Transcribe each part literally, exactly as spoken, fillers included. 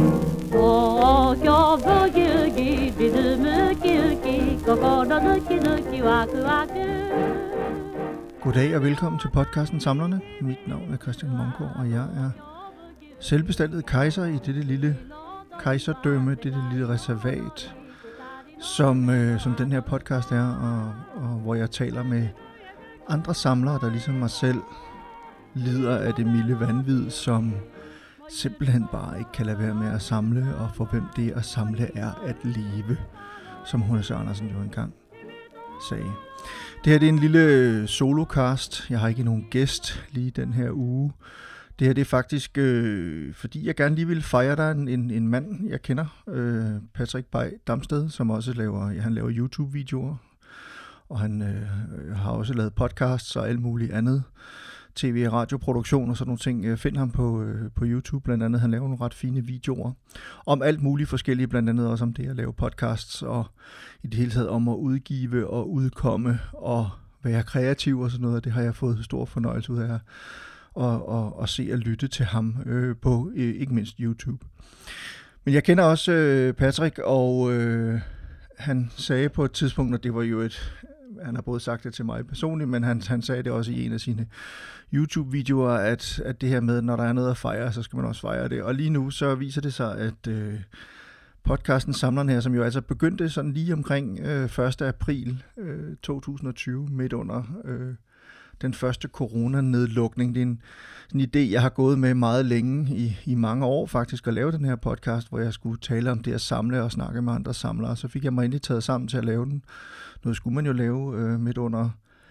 Goddag og velkommen til podcasten Samlerne. Mit navn er Christian Mongård, og jeg er selvbestaltet kejser i dette lille kejserdømme, dette lille reservat, som, øh, som den her podcast er, og, og hvor jeg taler med andre samlere, der ligesom mig selv lider af det milde vanvid, som simpelthen bare ikke kan lade være med at samle, og for hvem det at samle er at leve, som H C Andersen jo engang sagde. Det her det er en lille solocast. Jeg har ikke nogen gæst lige den her uge. Det her det er faktisk, øh, fordi jeg gerne lige vil fejre dig en, en, en mand, jeg kender, øh, Patrick Bay Damsted, som også laver, ja, han laver YouTube-videoer, og han øh, har også lavet podcasts og alt muligt andet, tv- og radioproduktion og sådan nogle ting. Find ham på, øh, på YouTube blandt andet. Han laver nogle ret fine videoer om alt muligt forskellige, blandt andet også om det at lave podcasts, og i det hele taget om at udgive og udkomme og være kreativ og sådan noget. Det har jeg fået stor fornøjelse ud af og, og, og se og lytte til ham øh, på øh, ikke mindst YouTube. Men jeg kender også øh, Patrick, og øh, han sagde på et tidspunkt, og det var jo et, han har både sagt det til mig personligt, men han, han sagde det også i en af sine YouTube-videoer, at, at det her med, når der er noget at fejre, så skal man også fejre det. Og lige nu så viser det sig, at øh, podcasten Samlerne her, som jo altså begyndte sådan lige omkring øh, første april øh, to tusind og tyve, midt under øh, den første coronanedlukning. Det er en, en idé, jeg har gået med meget længe, i, i mange år faktisk, at lave den her podcast, hvor jeg skulle tale om det at samle og snakke med andre samlere. Så fik jeg mig endelig taget sammen til at lave den. Noget skulle man jo lave øh, midt under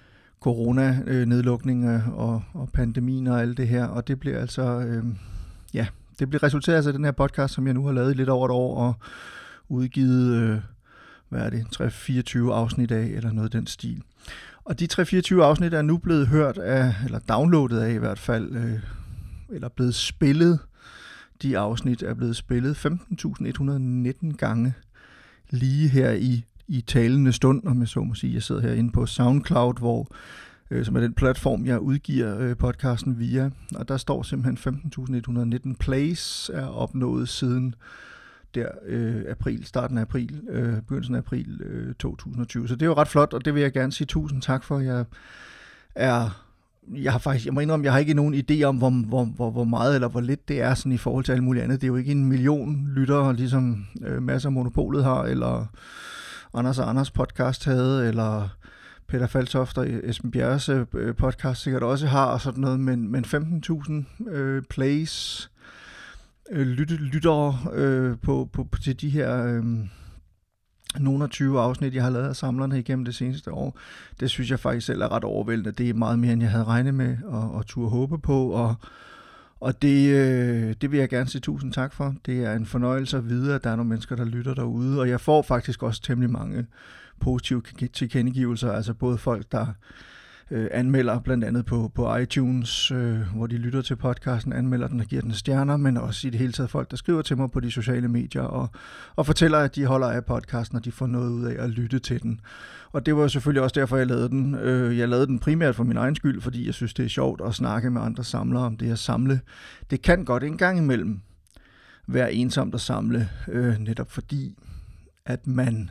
corona-nedlukning og, og pandemien og alt det her, og det bliver altså, øh, ja, det bliver resulteret af den her podcast, som jeg nu har lavet i lidt over et år, og udgivet, øh, hvad er det, tre hundrede fireogtyve afsnit af, eller noget af den stil. Og de tre hundrede fireogtyve afsnit er nu blevet hørt af, eller downloadet af i hvert fald, øh, eller blevet spillet. De afsnit er blevet spillet femten tusind et hundrede nitten gange lige her i, i talende stund, om jeg så må sige. Jeg sidder herinde på SoundCloud, hvor, øh, som er den platform, jeg udgiver øh, podcasten via, og der står simpelthen femten tusind et hundrede nitten plays er opnået siden der øh, april, starten af april, øh, begyndelsen af april øh, to tusind og tyve. Så det er jo ret flot, og det vil jeg gerne sige tusind tak for. Jeg er, jeg har faktisk, jeg må indrømme, jeg har ikke nogen idé om, hvor, hvor, hvor, hvor meget eller hvor lidt det er sådan i forhold til alt muligt andet. Det er jo ikke en million lyttere, ligesom øh, Masser af Monopolet har, eller Anders og Anders podcast havde, eller Peter Faltoft og Esben Bjerres øh, podcast sikkert også har, og sådan noget, men, men femten tusind øh, plays, Lytte, lyttere øh, på, på, på til de her øh, nogle af tyve afsnit, jeg har lavet af Samlerne igennem det seneste år. Det synes jeg faktisk selv er ret overvældende. Det er meget mere, end jeg havde regnet med og, og turde håbe på. Og, og det, øh, det vil jeg gerne sige tusind tak for. Det er en fornøjelse at vide, at der er nogle mennesker, der lytter derude. Og jeg får faktisk også temmelig mange positive tilkendegivelser. Altså både folk, der Øh, anmelder blandt andet på, på iTunes, øh, hvor de lytter til podcasten, anmelder den og giver den stjerner, men også i det hele taget folk, der skriver til mig på de sociale medier og, og fortæller, at de holder af podcasten, og de får noget ud af at lytte til den. Og det var selvfølgelig også derfor, jeg lavede den. Øh, jeg lavede den primært for min egen skyld, fordi jeg synes, det er sjovt at snakke med andre samlere om det at samle. Det kan godt en gang imellem være ensomt at samle, øh, netop fordi, at man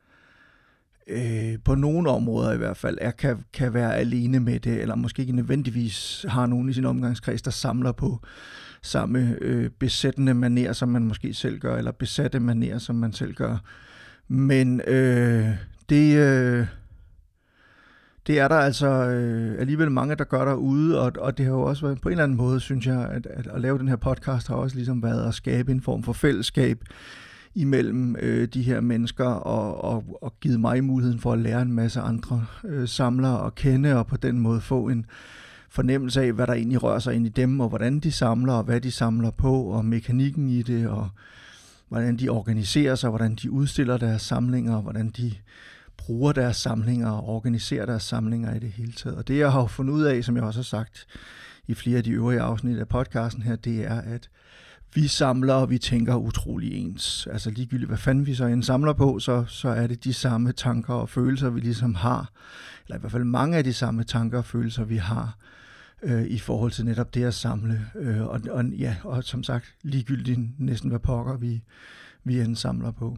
Øh, på nogle områder i hvert fald er, kan, kan være alene med det, eller måske ikke nødvendigvis har nogen i sin omgangskreds, der samler på samme øh, besættende manér, som man måske selv gør, eller besatte manér, som man selv gør. Men øh, det, øh, det er der altså øh, alligevel mange, der gør derude, og, og det har jo også været på en eller anden måde, synes jeg, at, at, at lave den her podcast har også ligesom været at skabe en form for fællesskab imellem øh, de her mennesker, og, og, og givet mig muligheden for at lære en masse andre øh, samlere at kende, og på den måde få en fornemmelse af, hvad der egentlig rører sig ind i dem, og hvordan de samler, og hvad de samler på, og mekanikken i det, og hvordan de organiserer sig, hvordan de udstiller deres samlinger, og hvordan de bruger deres samlinger og organiserer deres samlinger i det hele taget. Og det, jeg har fundet ud af, som jeg også har sagt i flere af de øvrige afsnit af podcasten her, det er, at vi samler, og vi tænker utrolig ens. Altså ligegyldigt, hvad fanden vi så end samler på, så, så er det de samme tanker og følelser, vi ligesom har. Eller i hvert fald mange af de samme tanker og følelser, vi har øh, i forhold til netop det at samle. Øh, og, og, ja, og som sagt, ligegyldigt næsten hvad pokker vi, vi end samler på.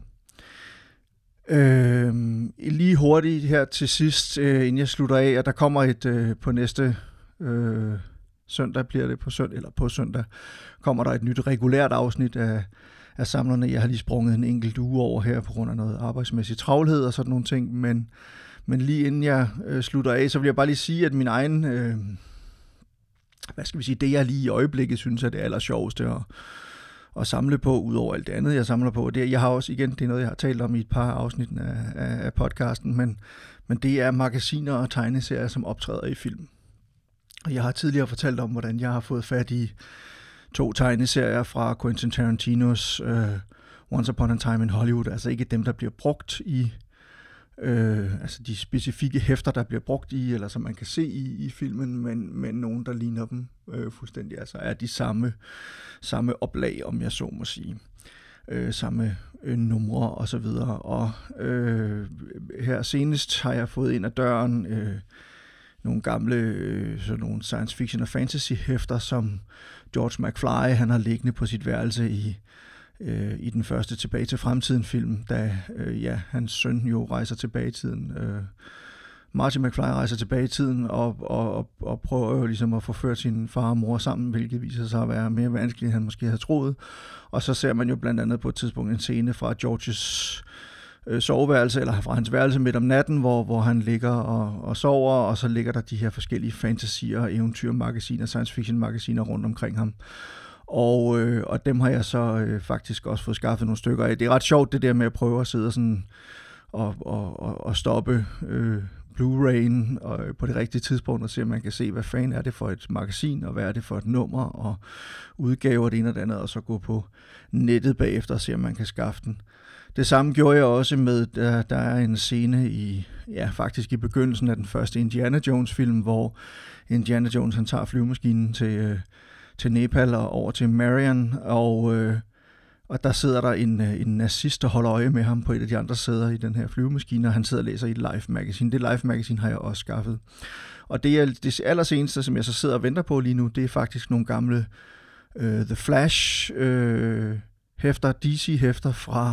Øh, lige hurtigt her til sidst, øh, inden jeg slutter af, og der kommer et øh, på næste øh, søndag, bliver det på søndag, eller på søndag, kommer der et nyt regulært afsnit af, af samlerne. Jeg har lige sprunget en enkelt uge over her på grund af noget arbejdsmæssig travlhed og sådan nogle ting, men, men lige inden jeg øh, slutter af, så vil jeg bare lige sige, at min egen, øh, hvad skal vi sige, det jeg lige i øjeblikket synes er det aller sjoveste at, at samle på, ud over alt det andet, jeg samler på. Det, jeg har også, igen, det er noget, jeg har talt om i et par afsnit af, af, af podcasten, men, men det er magasiner og tegneserier, som optræder i film. Og jeg har tidligere fortalt om, hvordan jeg har fået fat i to tegneserier fra Quentin Tarantinos uh, Once Upon a Time in Hollywood, altså ikke dem, der bliver brugt i, uh, altså de specifikke hæfter, der bliver brugt i, eller som man kan se i, i filmen, men, men nogen, der ligner dem uh, fuldstændig, altså er de samme, samme oplag, om jeg så må sige. Uh, samme uh, numre og så videre. Og uh, her senest har jeg fået ind ad døren uh, nogle gamle øh, sådan nogle science fiction og fantasy hæfter, som George McFly han har liggende på sit værelse i øh, i den første Tilbage til fremtiden film, da øh, ja, hans søn jo rejser tilbage i tiden. Øh, Marty McFly rejser tilbage i tiden og, og, og, og prøver jo ligesom at forføre sin far og mor sammen, hvilket viser sig at være mere vanskeligt, end han måske havde troet. Og så ser man jo blandt andet på et tidspunkt en scene fra Georges soveværelse, eller fra hans værelse midt om natten, hvor, hvor han ligger og, og sover, og så ligger der de her forskellige fantasier, eventyrmagasiner, science fiction magasiner rundt omkring ham. Og, øh, og dem har jeg så øh, faktisk også fået skaffet nogle stykker af. Det er ret sjovt det der med at prøve at sidde sådan og, og, og, og stoppe øh, Blu-ray'en og, på det rigtige tidspunkt og se, om man kan se, hvad fanden er det for et magasin, og hvad er det for et nummer, og udgaver det ene og det andet, og så gå på nettet bagefter og se, om man kan skaffe den. Det samme gjorde jeg også med, der, der er en scene i, ja, faktisk i begyndelsen af den første Indiana Jones film, hvor Indiana Jones han tager flyvemaskinen til, øh, til Nepal og over til Marion, og, øh, og der sidder der en, en nazist, der holder øje med ham på et af de andre sæder i den her flyvemaskine, og han sidder og læser i et Life Magazine. Det Life Magazine har jeg også skaffet. Og det er det allerseneste, som jeg så sidder og venter på lige nu, det er faktisk nogle gamle øh, The Flash øh, hæfter, D C-hæfter fra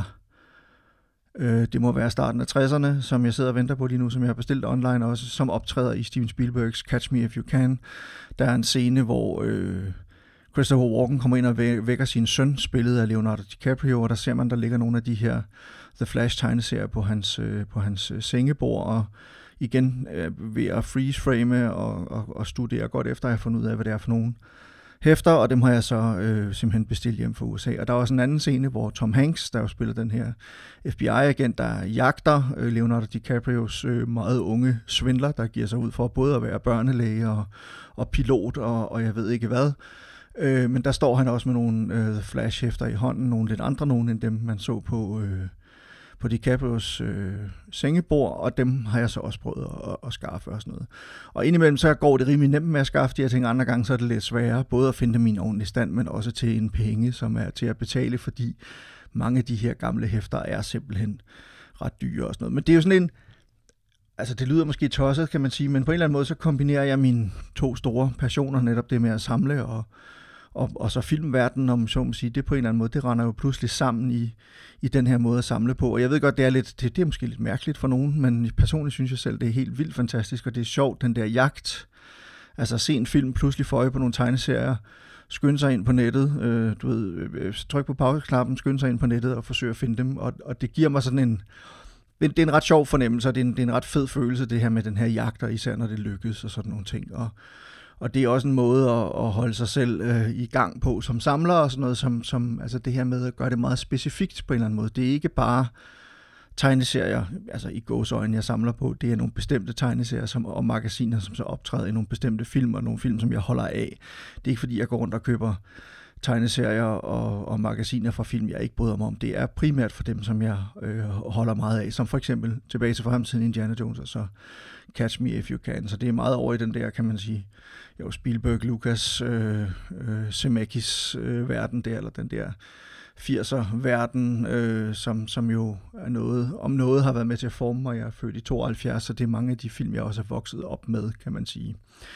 det må være starten af tresserne, som jeg sidder og venter på lige nu, som jeg har bestilt online også, som optræder i Steven Spielbergs Catch Me If You Can. Der er en scene, hvor øh, Christopher Walken kommer ind og vækker sin søn, spillet af Leonardo DiCaprio, og der ser man, der ligger nogle af de her The Flash-tegneserier på hans, øh, på hans øh, sengebord, og igen øh, ved at freeze-frame og, og, og studere godt efter, at jeg har fundet ud af, hvad det er for nogen hæfter, og dem har jeg så øh, simpelthen bestilt hjem fra U S A. Og der er også en anden scene, hvor Tom Hanks, der jo spiller den her F B I-agent, der jagter øh, Leonardo DiCaprios øh, meget unge svindler, der giver sig ud for både at være børnelæge og, og pilot, og, og jeg ved ikke hvad. Øh, men der står han også med nogle øh, Flash-hæfter i hånden, nogle lidt andre nogen end dem, man så på, øh, på DiCaprios øh, sengebord, og dem har jeg så også prøvet at, at skaffe og sådan noget. Og indimellem så går det rimelig nemt med at skaffe de her ting, andre gange så er det lidt sværere, både at finde dem i en ordentlig stand, men også til en penge, som er til at betale, fordi mange af de her gamle hæfter er simpelthen ret dyre og sådan noget. Men det er jo sådan en, altså det lyder måske tosset, kan man sige, men på en eller anden måde så kombinerer jeg mine to store passioner, netop det med at samle og Og, og så filmverdenen, om så må sige, det på en eller anden måde, det render jo pludselig sammen i, i den her måde at samle på. Og jeg ved godt, det er, lidt, det, det er måske lidt mærkeligt for nogen, men personligt synes jeg selv, det er helt vildt fantastisk, og det er sjovt, den der jagt. Altså at se en film pludselig få øje på nogle tegneserier, skynde sig ind på nettet, øh, du ved, øh, tryk på pauseknappen, skynde sig ind på nettet og forsøge at finde dem. Og, og det giver mig sådan en, det er en ret sjov fornemmelse, og det er en, det er en ret fed følelse, det her med den her jagt, og især når det lykkes og sådan nogle ting. Og Og det er også en måde at, at holde sig selv øh, i gang på som samler og sådan noget, som, som altså det her med at gøre det meget specifikt på en eller anden måde. Det er ikke bare tegneserier, altså i gåseøjne, jeg samler på. Det er nogle bestemte tegneserier som, og magasiner, som så optræder i nogle bestemte film, og nogle film, som jeg holder af. Det er ikke fordi, jeg går rundt og køber tegneserier og, og magasiner fra film, jeg ikke bryder mig om. Det er primært for dem, som jeg øh, holder meget af, som for eksempel Tilbage til fremtiden, Indiana Jones, og så Catch Me If You Can. Så det er meget over i den der, kan man sige, jo, Spielberg, Lucas, øh, øh, Zemeckis øh, verden der, eller den der firser-verden, øh, som, som jo er noget, om noget har været med til at forme mig. Jeg er født i tooghalvfjerds, så det er mange af de film, jeg også er vokset op med, kan man sige.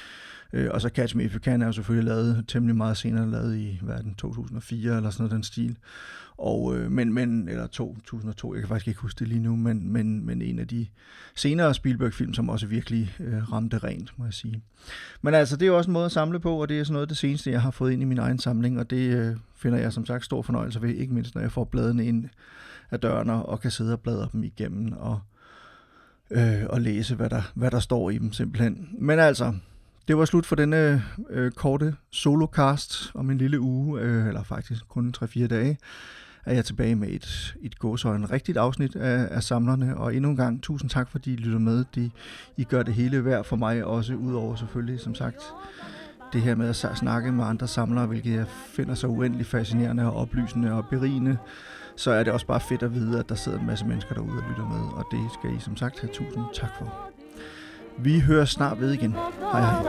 Øh, og så Catch Me If You Can er jo selvfølgelig lavet temmelig meget senere, lavet i hvad er den, to tusind og fire eller sådan noget den stil. Og, øh, men, men, eller to tusind og to, jeg kan faktisk ikke huske det lige nu, men, men, men en af de senere Spielberg-film, som også virkelig øh, ramte rent, må jeg sige. Men altså, det er jo også en måde at samle på, og det er sådan noget af det seneste, jeg har fået ind i min egen samling, og det øh, finder jeg som sagt stor fornøjelse ved, ikke mindst når jeg får bladene ind af døren og kan sidde og bladre dem igennem og, øh, og læse, hvad der, hvad der står i dem simpelthen. Men altså, det var slut for denne øh, korte solocast om en lille uge, øh, eller faktisk kun tre fire dage, er jeg tilbage med et, et gåsøjne rigtigt afsnit af, af samlerne, og endnu en gang tusind tak, fordi I lytter med. De, I gør det hele værd for mig også, udover selvfølgelig, som sagt, det her med at snakke med andre samlere, hvilket jeg finder så uendelig fascinerende og oplysende og berigende, så er det også bare fedt at vide, at der sidder en masse mennesker derude og lytter med, og det skal I som sagt have tusind tak for. Vi høres snart ved igen. Hej hej.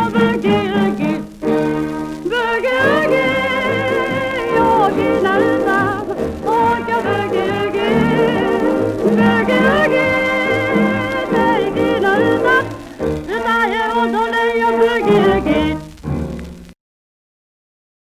Boogie, boogie, yogi,